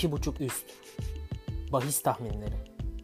2.5 üst. Bahis tahminleri.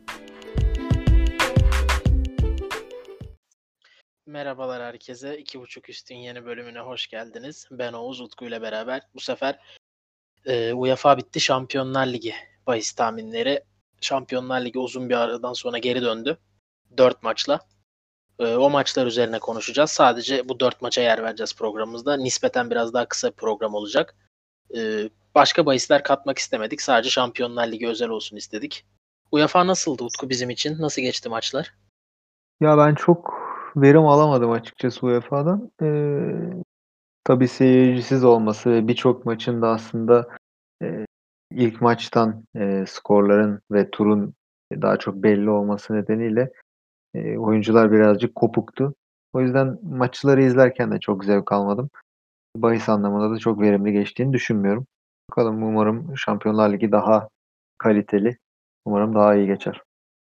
Merhabalar herkese. 2.5 üstün yeni bölümüne hoş geldiniz. Ben Oğuz, Utku ile beraber bu sefer UEFA bitti, Şampiyonlar Ligi bahis tahminleri. Şampiyonlar Ligi uzun bir aradan sonra geri döndü. 4 maçla. O maçlar üzerine konuşacağız. Sadece bu 4 maça yer vereceğiz programımızda. Nispeten biraz daha kısa bir program olacak. Başka bahisler katmak istemedik. Sadece Şampiyonlar Ligi özel olsun istedik. UEFA nasıldı Utku bizim için? Nasıl geçti maçlar? Ya ben çok verim alamadım açıkçası UEFA'dan. Tabii seyircisiz olması ve birçok maçın da aslında e, ilk maçtan skorların ve turun daha çok belli olması nedeniyle oyuncular birazcık kopuktu. O yüzden maçları izlerken de çok zevk almadım. Bahis anlamında da çok verimli geçtiğini düşünmüyorum. Bakalım, umarım Şampiyonlar Ligi daha kaliteli. Umarım daha iyi geçer.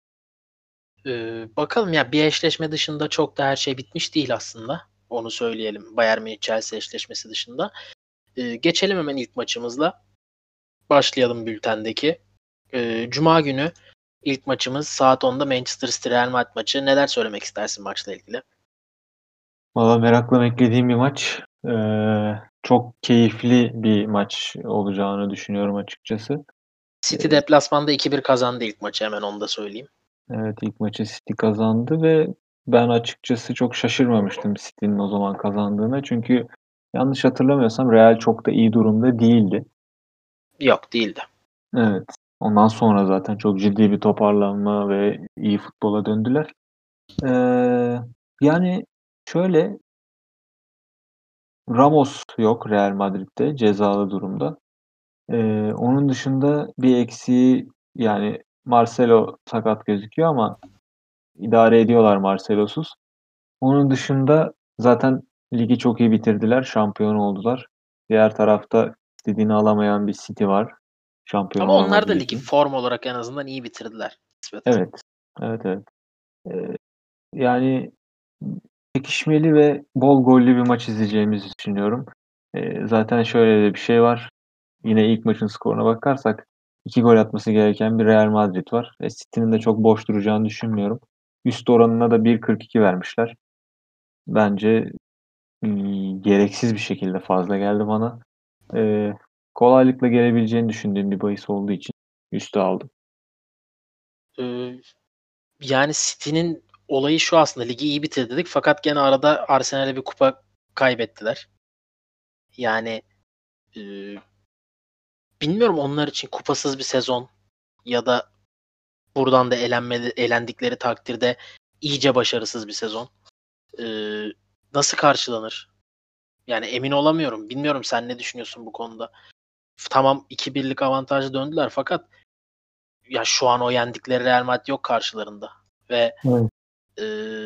Bakalım ya, bir eşleşme dışında çok da her şey bitmiş değil aslında. Onu söyleyelim. Bayern Münih Chelsea eşleşmesi dışında. Geçelim hemen ilk maçımızla. Başlayalım bültendeki. Cuma günü ilk maçımız saat 10'da Manchester City Real Madrid maçı. Neler söylemek istersin maçla ilgili? Valla merakla beklediğim bir maç. Çok keyifli bir maç olacağını düşünüyorum açıkçası. City deplasmanda 2-1 kazandı ilk maçı, hemen onu da söyleyeyim. Evet, ilk maçı City kazandı ve ben açıkçası çok şaşırmamıştım City'nin o zaman kazandığına. Çünkü yanlış hatırlamıyorsam Real çok da iyi durumda değildi. Yok, değildi. Evet. Ondan sonra zaten çok ciddi bir toparlanma ve iyi futbola döndüler. Yani şöyle, Ramos yok Real Madrid'de, cezalı durumda. Onun dışında bir eksiği, yani Marcelo sakat gözüküyor ama idare ediyorlar Marcelo'suz. Onun dışında zaten ligi çok iyi bitirdiler, şampiyon oldular. Diğer tarafta istediğini alamayan bir City var, şampiyon Ama onlar da olamadığı ligi için. form olarak en azından iyi bitirdiler. Nispeten. Evet, evet, evet. Ee, Yani çekişmeli ve bol gollü bir maç izleyeceğimizi düşünüyorum. Zaten şöyle de bir şey var. Yine ilk maçın skoruna bakarsak 2 gol atması gereken bir Real Madrid var. City'nin de çok boş duracağını düşünmüyorum. Üst oranına da 1.42 vermişler. Bence gereksiz bir şekilde fazla geldi bana. Kolaylıkla gelebileceğini düşündüğüm bir bahis olduğu için üstü aldım. Ee, Yani City'nin olayı şu, aslında ligi iyi bitirdi dedik fakat gene arada Arsenal'e bir kupa kaybettiler. Yani e, bilmiyorum, onlar için kupasız bir sezon ya da buradan da elendikleri takdirde iyice başarısız bir sezon. Ee, Nasıl karşılanır? Yani emin olamıyorum. Bilmiyorum, sen ne düşünüyorsun bu konuda? Tamam, 2-1'lik avantajı döndüler fakat ya şu an o yendikleri Real Madrid yok karşılarında. Ve Evet. e,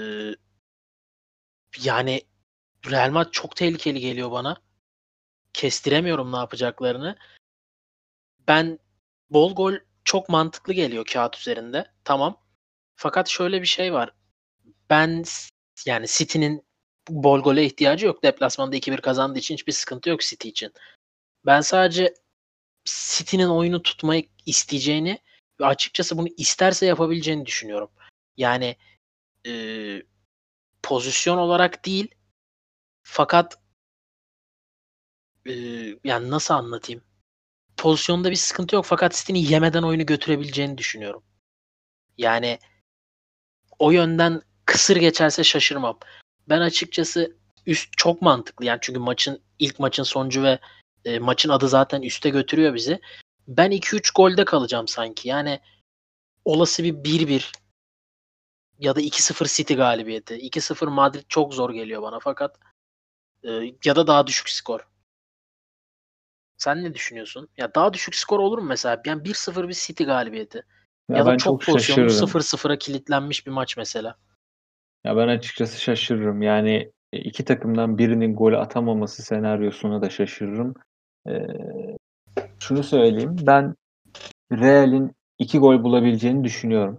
yani Real Madrid çok tehlikeli geliyor bana. Kestiremiyorum ne yapacaklarını. Ben bol gol çok mantıklı geliyor kağıt üzerinde. Tamam. Fakat şöyle bir şey var. Yani City'nin bol gole ihtiyacı yok. Deplasmanda 2-1 kazandığı için hiçbir sıkıntı yok City için. Ben sadece City'nin oyunu tutmayı isteyeceğini ve açıkçası bunu isterse yapabileceğini düşünüyorum. Yani e, pozisyon olarak değil fakat e, yani nasıl anlatayım? Pozisyonda bir sıkıntı yok fakat City'nin yemeden oyunu götürebileceğini düşünüyorum. Yani o yönden kısır geçerse şaşırmam. Ben açıkçası üst çok mantıklı yani, çünkü ilk maçın sonucu ve maçın adı zaten üste götürüyor bizi. Ben 2-3 golde kalacağım sanki. Yani olası bir 1-1 ya da 2-0 City galibiyeti. 2-0 Madrid çok zor geliyor bana fakat ya da daha düşük skor. Sen ne düşünüyorsun? Ya daha düşük skor olur mu mesela? Yani 1-0 bir City galibiyeti. Ya Ya da ben çok çok pozisyonlu şaşırırım. 0-0'a kilitlenmiş bir maç mesela. Ya ben açıkçası şaşırırım. Yani iki takımdan birinin golü atamaması senaryosuna da şaşırırım. Ee, Şunu söyleyeyim. Ben Real'in 2 gol bulabileceğini düşünüyorum.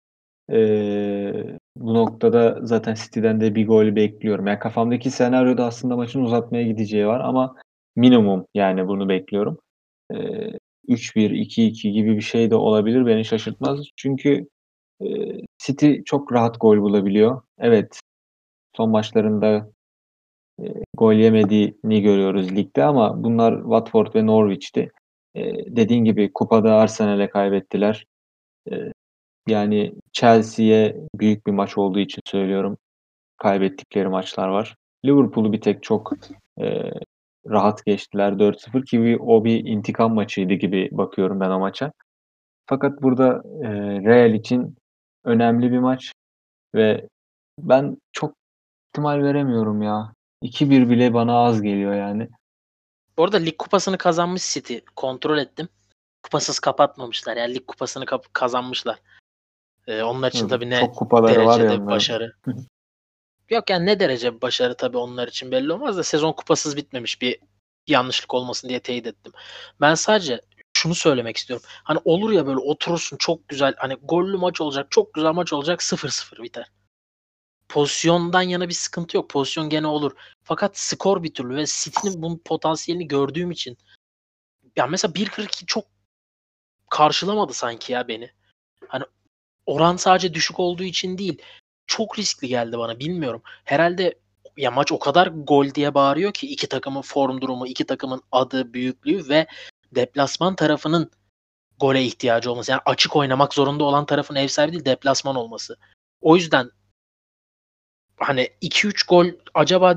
Bu noktada zaten City'den de bir gol bekliyorum. Yani kafamdaki senaryoda aslında maçın uzatmaya gideceği var ama minimum, yani bunu bekliyorum. Ee, 3-1, 2-2 gibi bir şey de olabilir. Beni şaşırtmaz. Çünkü City çok rahat gol bulabiliyor. Evet, son maçlarında gol yemediğini görüyoruz ligde ama bunlar Watford ve Norwich'ti. Dediğin gibi kupada Arsenal'e kaybettiler. Yani Chelsea'ye büyük bir maç olduğu için söylüyorum. Kaybettikleri maçlar var. Liverpool'u bir tek çok e, rahat geçtiler 4-0 ki o bir intikam maçıydı gibi bakıyorum ben o maça. Fakat burada Real için önemli bir maç ve ben çok ihtimal veremiyorum ya. 2-1 bile bana az geliyor yani. Bu arada lig kupasını kazanmış City. Kontrol ettim. Kupasız kapatmamışlar. Yani lig kupasını kazanmışlar. Onlar için tabii ne Çok kupaları var ya derecede onların. başarı. Yok yani ne derece bir başarı tabii onlar için belli olmaz da sezon kupasız bitmemiş, bir yanlışlık olmasın diye teyit ettim. Ben sadece şunu söylemek istiyorum. Hani olur ya böyle oturursun çok güzel, hani gollü maç olacak, çok güzel maç olacak, 0-0 biter. Pozisyondan yana bir sıkıntı yok. Pozisyon gene olur. Fakat skor bir türlü ve City'nin bunun potansiyelini gördüğüm için, ya mesela 1.42 çok karşılamadı sanki ya beni. Hani oran sadece düşük olduğu için değil. Çok riskli geldi bana. Bilmiyorum. Herhalde ya maç o kadar gol diye bağırıyor ki, iki takımın form durumu, iki takımın adı, büyüklüğü ve deplasman tarafının gole ihtiyacı olması. Yani açık oynamak zorunda olan tarafın ev sahibi değil, deplasman olması. O yüzden hani 2-3 gol acaba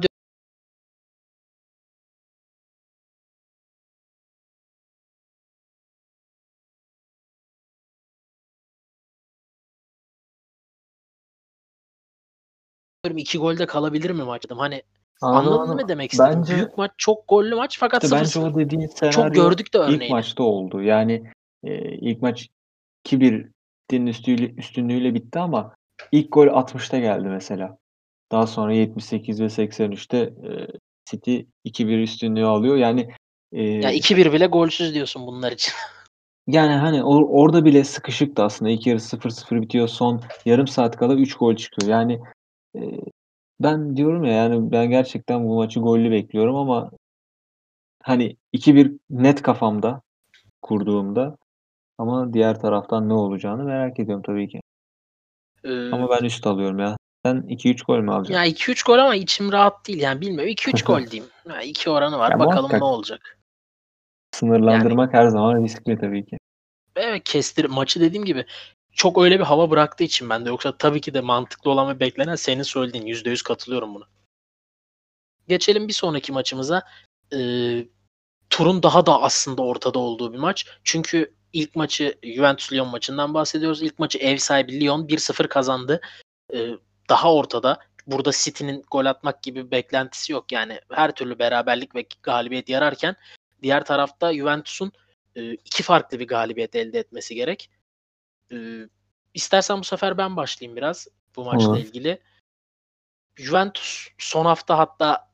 diyorum, 2 golde kalabilir mi maç dedim. Hani Anladım, anladın anladım. mı demek istedim? Bence Büyük maç, çok gollü maç fakat bence 0-0. o dediğin Çok senaryo gördük de ilk örneğini. maçta oldu. Yani ilk maç 2-1 City'nin üstünlüğüyle bitti ama ilk gol 60'ta geldi mesela. Daha sonra 78 ve 83'te City 2-1 üstünlüğü alıyor. Yani Ya 2-1 bile golsüz diyorsun bunlar için. yani hani orada bile sıkışıktı aslında. İlk yarı 0-0 bitiyor. Son yarım saat kala 3 gol çıkıyor. Yani eee, ben diyorum ya yani ben gerçekten bu maçı gollü bekliyorum ama hani 2-1 net kafamda kurduğumda ama diğer taraftan ne olacağını merak ediyorum tabii ki. Ee, Ama ben üst alıyorum ya. Sen 2-3 gol mü Ya alacaksın? 2-3 gol ama içim rahat değil yani, bilmiyorum. 2-3 gol diyeyim. Ya 2 oranı Ya var. Bakalım ne muhakkak olacak. Yani sınırlandırmak her zaman riskli tabii ki. evet, maçı dediğim gibi çok öyle bir hava bıraktığı için ben de, yoksa tabii ki de mantıklı olan ve beklenen senin söylediğin, %100 katılıyorum buna. Geçelim bir sonraki maçımıza. Ee, Turun daha da aslında ortada olduğu bir maç. Çünkü ilk maçı, Juventus-Lyon maçından bahsediyoruz. İlk maçı ev sahibi Lyon 1-0 kazandı. Ee, Daha ortada. Burada City'nin gol atmak gibi bir beklentisi yok. Yani her türlü beraberlik ve galibiyet yararken diğer tarafta Juventus'un iki farklı bir galibiyet elde etmesi gerek. İstersen bu sefer ben başlayayım biraz bu maçla Olur. ilgili. Juventus son hafta hatta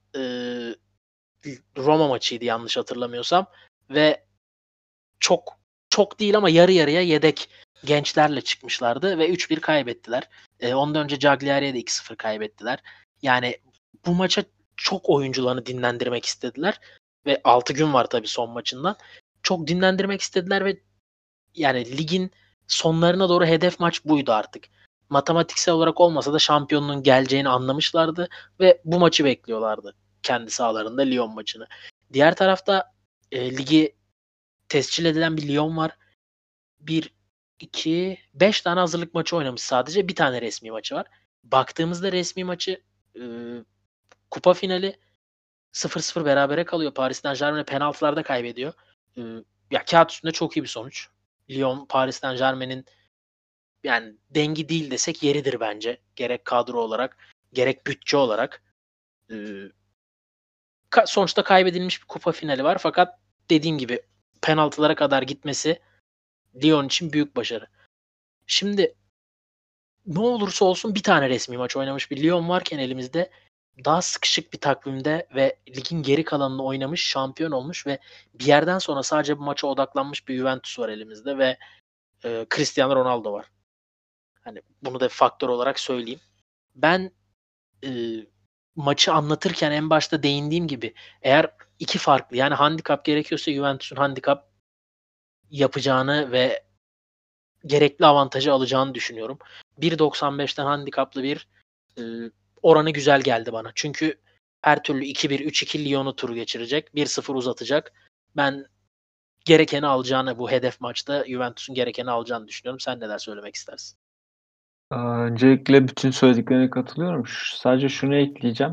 Roma maçıydı yanlış hatırlamıyorsam ve çok çok değil ama yarı yarıya yedek gençlerle çıkmışlardı ve 3-1 kaybettiler. Ondan önce Cagliari'ye de 2-0 kaybettiler. Yani bu maça çok oyuncularını dinlendirmek istediler ve 6 gün var tabii son maçından. Çok dinlendirmek istediler ve yani ligin sonlarına doğru hedef maç buydu artık. Matematiksel olarak olmasa da şampiyonluğun geleceğini anlamışlardı ve bu maçı bekliyorlardı kendi sahalarında, Lyon maçını. Diğer tarafta ligi tescil edilen bir Lyon var. 1, 2, 5 tane hazırlık maçı oynamış sadece. Bir tane resmi maçı var. Baktığımızda resmi maçı e, kupa finali 0-0 berabere kalıyor. Paris Saint-Germain'e penaltılarda kaybediyor. E, Ya kağıt üstünde çok iyi bir sonuç. Lyon, Paris Saint-Germain'in yani dengi değil desek yeridir bence. Gerek kadro olarak, gerek bütçe olarak. E, Sonuçta kaybedilmiş bir kupa finali var. Fakat dediğim gibi penaltılara kadar gitmesi Lyon için büyük başarı. Şimdi ne olursa olsun bir tane resmi maç oynamış bir Lyon varken elimizde, daha sıkışık bir takvimde ve ligin geri kalanını oynamış, şampiyon olmuş ve bir yerden sonra sadece bu maça odaklanmış bir Juventus var elimizde ve Cristiano Ronaldo var. Hani bunu da bir faktör olarak söyleyeyim. Ben e, maçı anlatırken en başta değindiğim gibi, eğer iki farklı yani handikap gerekiyorsa Juventus'un handikap yapacağını ve gerekli avantajı alacağını düşünüyorum. 1.95'ten handikaplı bir e, oranı güzel geldi bana. Çünkü her türlü 2-1, 3-2 Lyon'u tur geçirecek. 1-0 uzatacak. Ben gerekeni alacağını, bu hedef maçta Juventus'un gerekeni alacağını düşünüyorum. Sen neler söylemek istersin? Öncelikle bütün söylediklerine katılıyorum. Sadece şunu ekleyeceğim.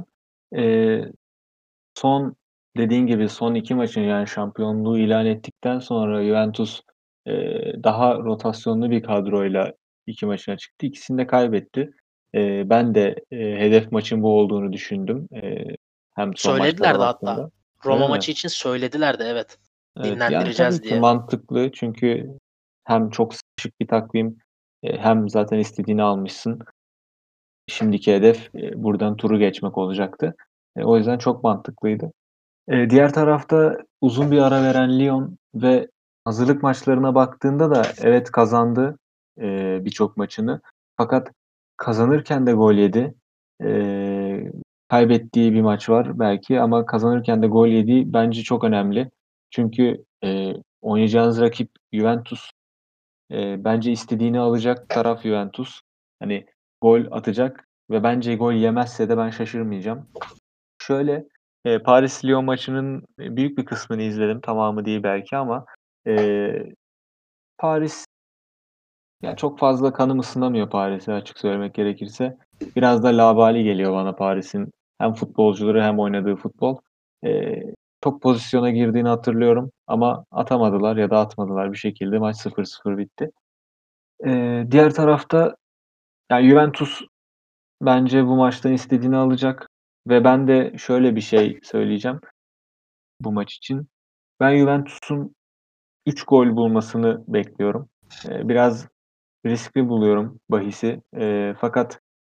Son dediğin gibi son iki maçın yani şampiyonluğu ilan ettikten sonra Juventus daha rotasyonlu bir kadroyla iki maçına çıktı. İkisini de kaybetti. Ben de hedef maçın bu olduğunu düşündüm. Hem son maçlara Söylediler de hatta. baktığımda. Roma Öyle mi? maçı için söylediler de evet. Evet, yani tabii Dinlendireceğiz ki diye. mantıklı çünkü hem çok sıkışık bir takvim hem zaten istediğini almışsın. Şimdiki hedef buradan turu geçmek olacaktı. O yüzden çok mantıklıydı. Diğer tarafta uzun bir ara veren Lyon ve hazırlık maçlarına baktığında da evet kazandı birçok maçını. Fakat kazanırken de gol yedi. Kaybettiği bir maç var belki ama kazanırken de gol yediği bence çok önemli. Çünkü oynayacağınız rakip Juventus. Bence istediğini alacak taraf Juventus. Hani gol atacak ve bence gol yemezse de ben şaşırmayacağım. Şöyle, Paris-Lyon maçının büyük bir kısmını izledim. Tamamı değil belki ama Paris ya çok fazla kanım ısınamıyor Paris'e açık söylemek gerekirse. Biraz da labali geliyor bana Paris'in hem futbolcuları hem oynadığı futbol. Çok pozisyona girdiğini hatırlıyorum ama atamadılar ya da atmadılar bir şekilde maç 0-0 bitti. Diğer tarafta yani Juventus bence bu maçtan istediğini alacak ve ben de şöyle bir şey söyleyeceğim bu maç için. Ben Juventus'un 3 gol bulmasını bekliyorum. Biraz riskli buluyorum bahisi. Fakat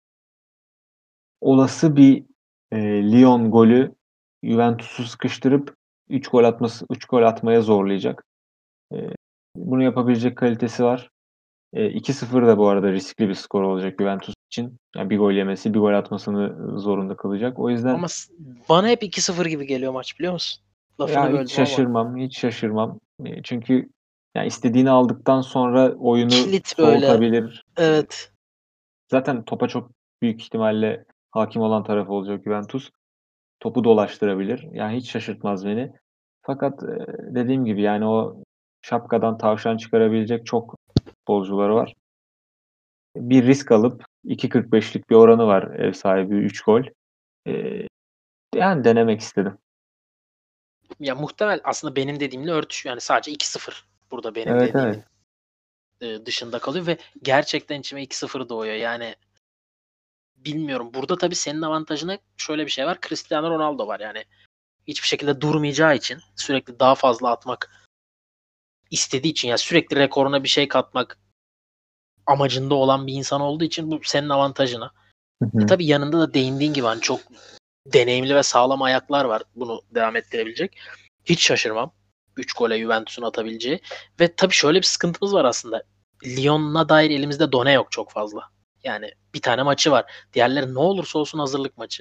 olası bir Lyon golü Juventus'u sıkıştırıp 3 gol atmaya zorlayacak. Eee, Bunu yapabilecek kalitesi var. 2-0 da bu arada riskli bir skor olacak Juventus için. Yani bir gol yemesi, bir gol atmasını zorunda kalacak. O yüzden Ama bana hep 2-0 gibi geliyor maç, biliyor musun? ya Lafını hiç böldüm ama. şaşırmam, hiç şaşırmam. Çünkü yani istediğini aldıktan sonra oyunu Kilit böyle. soğutabilir. Evet. Zaten topa çok büyük ihtimalle hakim olan taraf olacak Juventus. Topu dolaştırabilir. Yani hiç şaşırtmaz beni. Fakat dediğim gibi yani o şapkadan tavşan çıkarabilecek çok futbolcuları var. Bir risk alıp 2.45'lik bir oranı var ev sahibi 3 gol. Eee, Yani denemek istedim. Ya muhtemel aslında benim dediğimle örtüşüyor. Yani sadece 2-0 burada benim Evet, evet. dediğimin dışında kalıyor ve gerçekten içime 2-0 doğuyor. Yani bilmiyorum. Burada tabii senin avantajına şöyle bir şey var. Cristiano Ronaldo var yani. Hiçbir şekilde durmayacağı için sürekli daha fazla atmak istediği için ya sürekli rekoruna bir şey katmak amacında olan bir insan olduğu için bu senin avantajına. Hı hı. Tabii yanında da değindiğin gibi hani çok deneyimli ve sağlam ayaklar var bunu devam ettirebilecek. Hiç şaşırmam 3 gole Juventus'un atabileceği. Ve tabii şöyle bir sıkıntımız var aslında. Lyon'a dair elimizde done yok çok fazla. Yani bir tane maçı var. Diğerleri ne olursa olsun hazırlık maçı.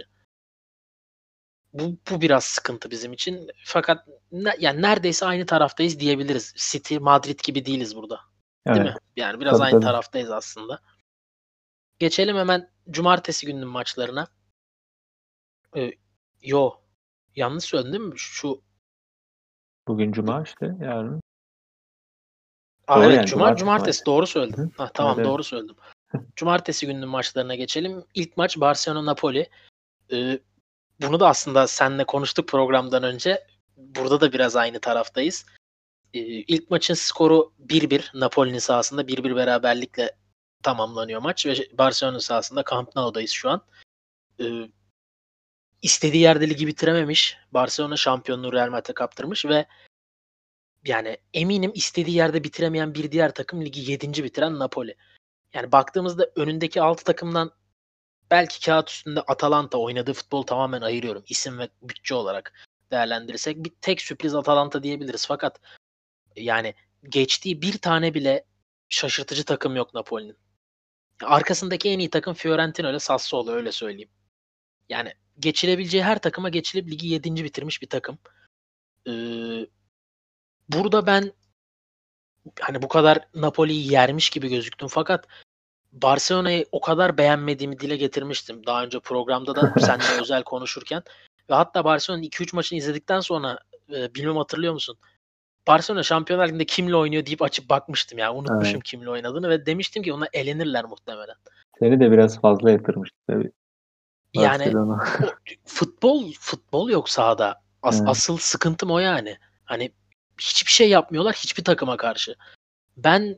Bu biraz sıkıntı bizim için. Fakat yani neredeyse aynı taraftayız diyebiliriz. City, Madrid gibi değiliz burada. Değil Evet. mi? Yani biraz Tabii, aynı tabii. taraftayız aslında. Geçelim hemen cumartesi gününün maçlarına. Ee, yo. Yanlış söyledim değil mi? Bugün cuma işte yarın. Aa, Doğru evet, yani cumartesi. cumartesi doğru söyledim. Hı hı. Ha, Evet, tamam, evet. doğru söyledim. Cumartesi gününün maçlarına geçelim. İlk maç Barcelona-Napoli. Ee, Bunu da aslında seninle konuştuk programdan önce. Burada da biraz aynı taraftayız. İlk maçın skoru 1-1. Napoli'nin sahasında 1-1 beraberlikle tamamlanıyor maç ve Barcelona sahasında Camp Nou'dayız şu an. Ee, istediği yerde ligi bitirememiş. Barcelona şampiyonluğu Real Madrid'e kaptırmış ve yani eminim istediği yerde bitiremeyen bir diğer takım ligi 7. bitiren Napoli. Yani baktığımızda önündeki 6 takımdan belki kağıt üstünde Atalanta oynadığı futbol tamamen ayırıyorum. İsim ve bütçe olarak değerlendirirsek bir tek sürpriz Atalanta diyebiliriz. Fakat yani geçtiği bir tane bile şaşırtıcı takım yok Napoli'nin. Arkasındaki en iyi takım Fiorentina ile Sassuolo, öyle söyleyeyim. Yani geçilebileceği her takıma geçilip ligi 7. bitirmiş bir takım. Ee, Burada ben hani bu kadar Napoli'yi yermiş gibi gözüktüm. Fakat Barcelona'yı o kadar beğenmediğimi dile getirmiştim. Daha önce programda da seninle özel konuşurken. Ve hatta Barcelona'nın 2-3 maçını izledikten sonra bilmem hatırlıyor musun? Barcelona Şampiyonlar Ligi'nde kimle oynuyor deyip açıp bakmıştım ya. Unutmuşum Evet. kimle oynadığını ve demiştim ki ona elenirler muhtemelen. Seni de biraz fazla yatırmıştı tabii Yani Barcelona. o futbol yok sahada. Evet. Asıl sıkıntım o yani. Hani hiçbir şey yapmıyorlar hiçbir takıma karşı. Ben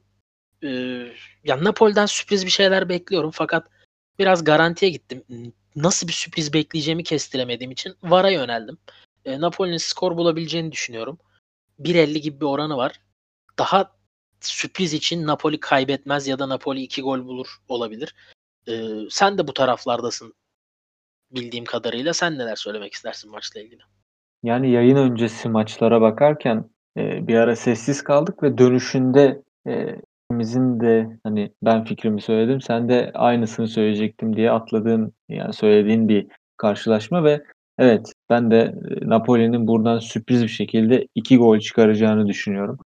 ya Napoli'den sürpriz bir şeyler bekliyorum fakat biraz garantiye gittim. Nasıl bir sürpriz bekleyeceğimi kestiremediğim için VAR'a yöneldim. Napoli'nin skor bulabileceğini düşünüyorum. 1.50 gibi bir oranı var. Daha sürpriz için Napoli kaybetmez ya da Napoli 2 gol bulur olabilir. Sen de bu taraflardasın bildiğim kadarıyla. Sen neler söylemek istersin maçla ilgili? Yani yayın öncesi maçlara bakarken bir ara sessiz kaldık ve dönüşünde ikimizin de hani ben fikrimi söyledim, sen de aynısını söyleyecektim diye atladığın yani söylediğin bir karşılaşma ve evet ben de Napoli'nin buradan sürpriz bir şekilde 2 gol çıkaracağını düşünüyorum.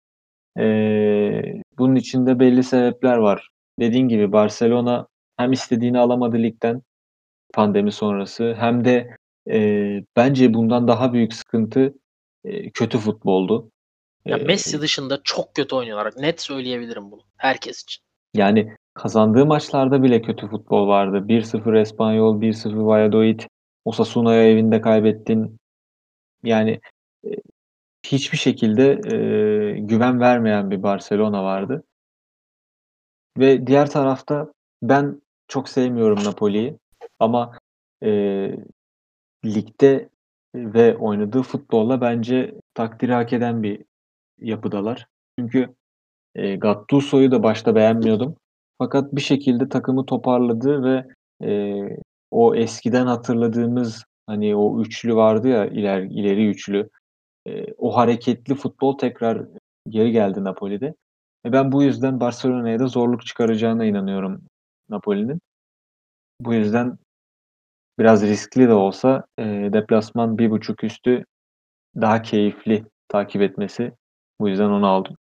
Bunun için de belli sebepler var. Dediğin gibi Barcelona hem istediğini alamadı ligden pandemi sonrası hem de, bence bundan daha büyük sıkıntı, kötü futboldu. Ya Eee, Messi dışında çok kötü oynuyorlar. Net söyleyebilirim bunu herkes için. Yani kazandığı maçlarda bile kötü futbol vardı. 1-0 Espanyol, 1-0 Valladolid, Osasuna'ya evinde kaybettin. Yani, eee, hiçbir şekilde, güven vermeyen bir Barcelona vardı ve diğer tarafta ben çok sevmiyorum Napoli'yi ama, eee ligde ve oynadığı futbolla bence takdiri hak eden bir yapıdalar. Çünkü, Gattuso'yu da başta beğenmiyordum. Fakat bir şekilde takımı toparladı ve, eee, o eskiden hatırladığımız, hani, o üçlü vardı ya, ileri üçlü, o hareketli futbol tekrar geri geldi Napoli'de ve ben bu yüzden Barcelona'ya da zorluk çıkaracağına inanıyorum Napoli'nin. Bu yüzden biraz riskli de olsa, deplasman 1.5 üstü daha keyifli takip etmesi. Bu yüzden onu aldım.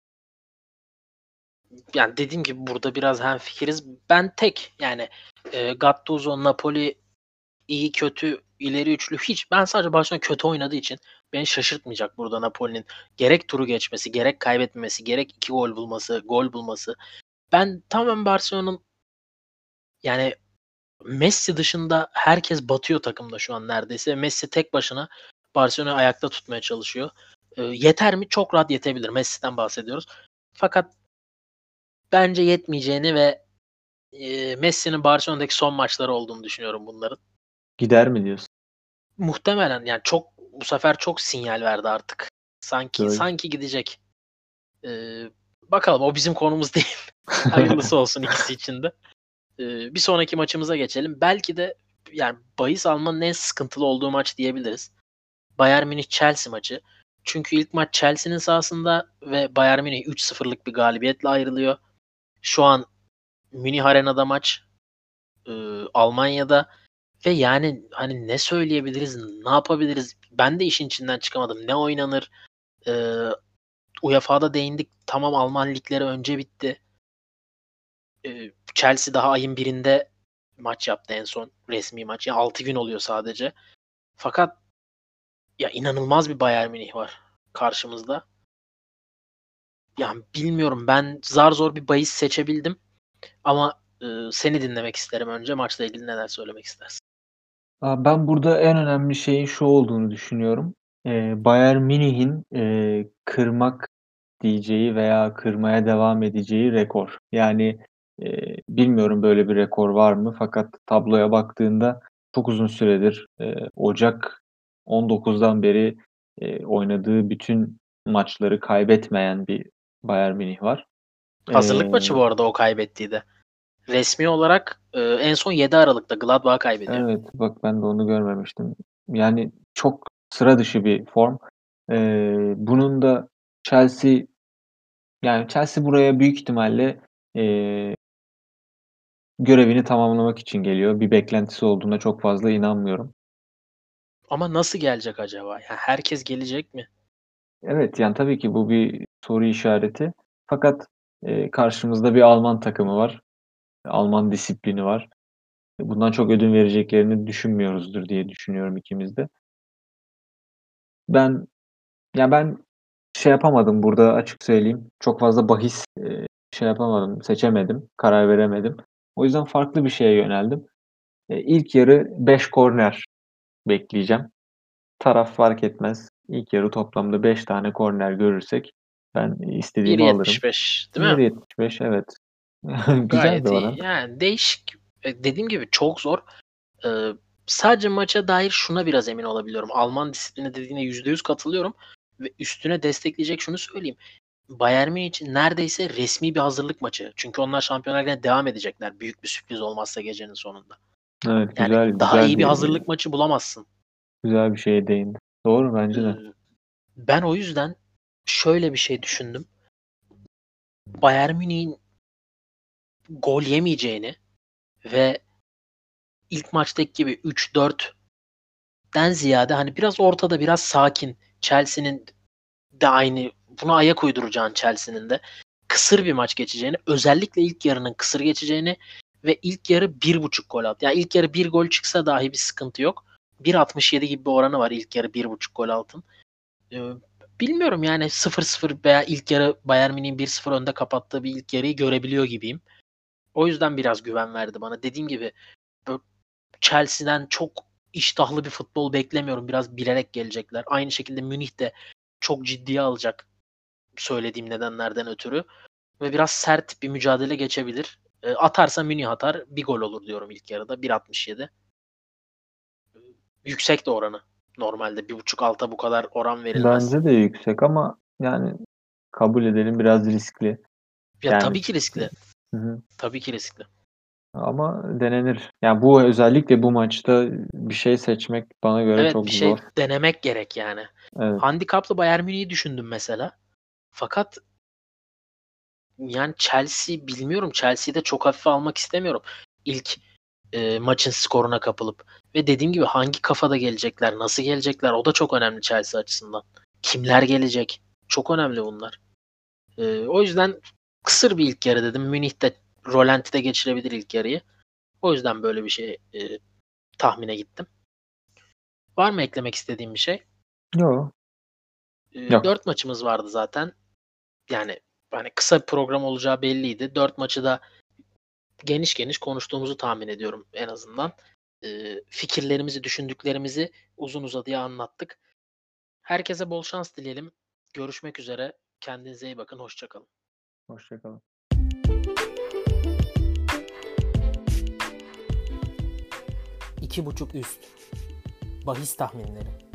Yani dediğim gibi burada biraz hemfikiriz. Ben tek yani Gattuso, Napoli iyi kötü ileri üçlü hiç ben sadece Barcelona kötü oynadığı için beni şaşırtmayacak burada Napoli'nin gerek turu geçmesi, gerek kaybetmemesi, gerek 2 gol bulması, gol bulması. Ben tamamen Barcelona'nın yani Messi dışında herkes batıyor takımda şu an neredeyse. Messi tek başına Barcelona'yı ayakta tutmaya çalışıyor. Yeter mi? Çok rahat yetebilir. Messi'den bahsediyoruz. Fakat bence yetmeyeceğini ve Messi'nin Barcelona'daki son maçları olduğunu düşünüyorum bunların. Gider mi diyorsun? Muhtemelen yani bu sefer çok sinyal verdi artık. Sanki Doğru. sanki gidecek. Bakalım o bizim konumuz değil. Hayırlısı olsun ikisi için de. Bir sonraki maçımıza geçelim. Belki de yani bahis almanın en sıkıntılı olduğu maç diyebiliriz. Bayern Münih Chelsea maçı. Çünkü ilk maç Chelsea'nin sahasında ve Bayern Münih 3-0'lık bir galibiyetle ayrılıyor. Şu an Münih Arena'da maç. Almanya'da ve yani hani ne söyleyebiliriz, ne yapabiliriz? Ben de işin içinden çıkamadım. Ne oynanır? Eee UEFA'da değindik. Tamam Alman ligleri önce bitti. Chelsea daha ayın birinde maç yaptı en son resmi maç. Yani 6 gün oluyor sadece. Fakat ya inanılmaz bir Bayern Münih var karşımızda. Yani bilmiyorum ben zar zor bir bahis seçebildim. Ama seni dinlemek isterim önce. Maçla ilgili neler söylemek istersin? Ben burada en önemli şeyin şu olduğunu düşünüyorum. Bayern Münih'in, kırmak diyeceği veya kırmaya devam edeceği rekor. Yani, bilmiyorum böyle bir rekor var mı? Fakat tabloya baktığında çok uzun süredir, Ocak 19'dan beri, oynadığı bütün maçları kaybetmeyen bir Bayern Münih var. Hazırlık maçı Eee bu arada o kaybettiği de. Resmi olarak en son 7 Aralık'ta Gladbach'a kaybediyor. Evet, bak ben de onu görmemiştim. Yani çok sıra dışı bir form. Bunun da Chelsea yani Chelsea buraya büyük ihtimalle, eee, görevini tamamlamak için geliyor. Bir beklentisi olduğuna çok fazla inanmıyorum. Ama nasıl gelecek acaba? Ya herkes gelecek mi? Evet, yani tabii ki bu bir soru işareti. Fakat Karşımızda bir Alman takımı var. Alman disiplini var. Bundan çok ödün vereceklerini düşünmüyoruzdur diye düşünüyorum ikimiz de. Ben şey yapamadım burada, açık söyleyeyim. Çok fazla bahis şey yapamadım, seçemedim, karar veremedim. O yüzden farklı bir şeye yöneldim. İlk yarı 5 korner bekleyeceğim. Taraf fark etmez. İlk yarı toplamda 5 tane korner görürsek ben istediğimi alırım. 1.75 değil mi? 1.75, evet. Güzel Gayet bir iyi. oran. Yani değişik. Dediğim gibi çok zor. Sadece maça dair şuna biraz emin olabiliyorum. Alman disiplini dediğine %100 katılıyorum. Ve üstüne destekleyecek şunu söyleyeyim. Bayern Münih için neredeyse resmi bir hazırlık maçı. Çünkü onlar Şampiyonlar Ligi'ne devam edecekler. Büyük bir sürpriz olmazsa gecenin sonunda. Evet, Yani daha güzel iyi bir hazırlık maçı bulamazsın. güzel bir şeye değindi. Doğru, bence de. Ben o yüzden şöyle bir şey düşündüm. Bayern Münih'in gol yemeyeceğini ve ilk maçtaki gibi 3-4'den ziyade hani biraz ortada, biraz sakin, Chelsea'nin de aynı buna ayak uyduracağın Chelsea'nin de kısır bir maç geçeceğini, özellikle ilk yarının kısır geçeceğini ve ilk yarı 1.5 gol at. Yani ilk yarı 1 gol çıksa dahi bir sıkıntı yok. 1.67 gibi bir oranı var ilk yarı 1.5 gol altın. Bilmiyorum yani 0-0 veya ilk yarı Bayern Münih'in 1-0 önde kapattığı bir ilk yarıyı görebiliyor gibiyim. O yüzden biraz güven verdi bana. Dediğim gibi Chelsea'den çok iştahlı bir futbol beklemiyorum. Biraz bilerek gelecekler. Aynı şekilde Münih de çok ciddiye alacak söylediğim nedenlerden ötürü. Ve biraz sert bir mücadele geçebilir. Atarsa Münih atar. Bir gol olur diyorum ilk yarıda. 1.67. Yüksek de oranı. Normalde 1.5 alta bu kadar oran verilmez. Bence de yüksek ama yani kabul edelim, biraz riskli. Ya Yani tabii ki riskli. hı. Tabii ki riskli. Ama denenir. Yani bu, özellikle bu maçta bir şey seçmek bana göre Evet, bir çok şey zor. denemek gerek yani. Evet. Handikaplı Bayern Münih'i düşündüm mesela. Fakat yani Chelsea bilmiyorum. Chelsea'yi de çok hafife almak istemiyorum. İlk maçın skoruna kapılıp. Ve dediğim gibi hangi kafada gelecekler, nasıl gelecekler o da çok önemli Chelsea açısından. Kimler gelecek? Çok önemli bunlar. O yüzden kısır bir ilk yarı dedim. Münih de Rolanti'de geçirebilir ilk yarıyı. O yüzden böyle bir şey tahmine gittim. Var mı eklemek istediğim bir şey? Yok. Yok. 4 maçımız vardı zaten. Yani hani kısa bir program olacağı belliydi. 4 maçı da geniş geniş konuştuğumuzu tahmin ediyorum en azından. Fikirlerimizi, düşündüklerimizi uzun uzadıya anlattık. Herkese bol şans dileyelim. Görüşmek üzere. Kendinize iyi bakın. Hoşça kalın. Hoşça kalın. 2.5 üst. Bahis tahminleri.